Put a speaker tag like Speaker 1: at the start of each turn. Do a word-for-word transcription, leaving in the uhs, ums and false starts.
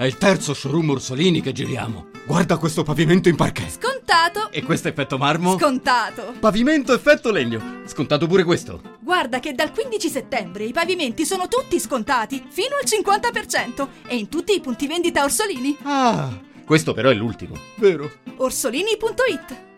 Speaker 1: È il terzo showroom Orsolini che giriamo. Guarda questo pavimento in parquet.
Speaker 2: Scontato.
Speaker 1: E questo effetto marmo?
Speaker 2: Scontato.
Speaker 1: Pavimento effetto legno. Scontato pure questo.
Speaker 2: Guarda che dal quindici settembre i pavimenti sono tutti scontati, fino al cinquanta per cento. E in tutti i punti vendita Orsolini.
Speaker 1: Ah, questo però è l'ultimo, vero?
Speaker 2: Orsolini punto it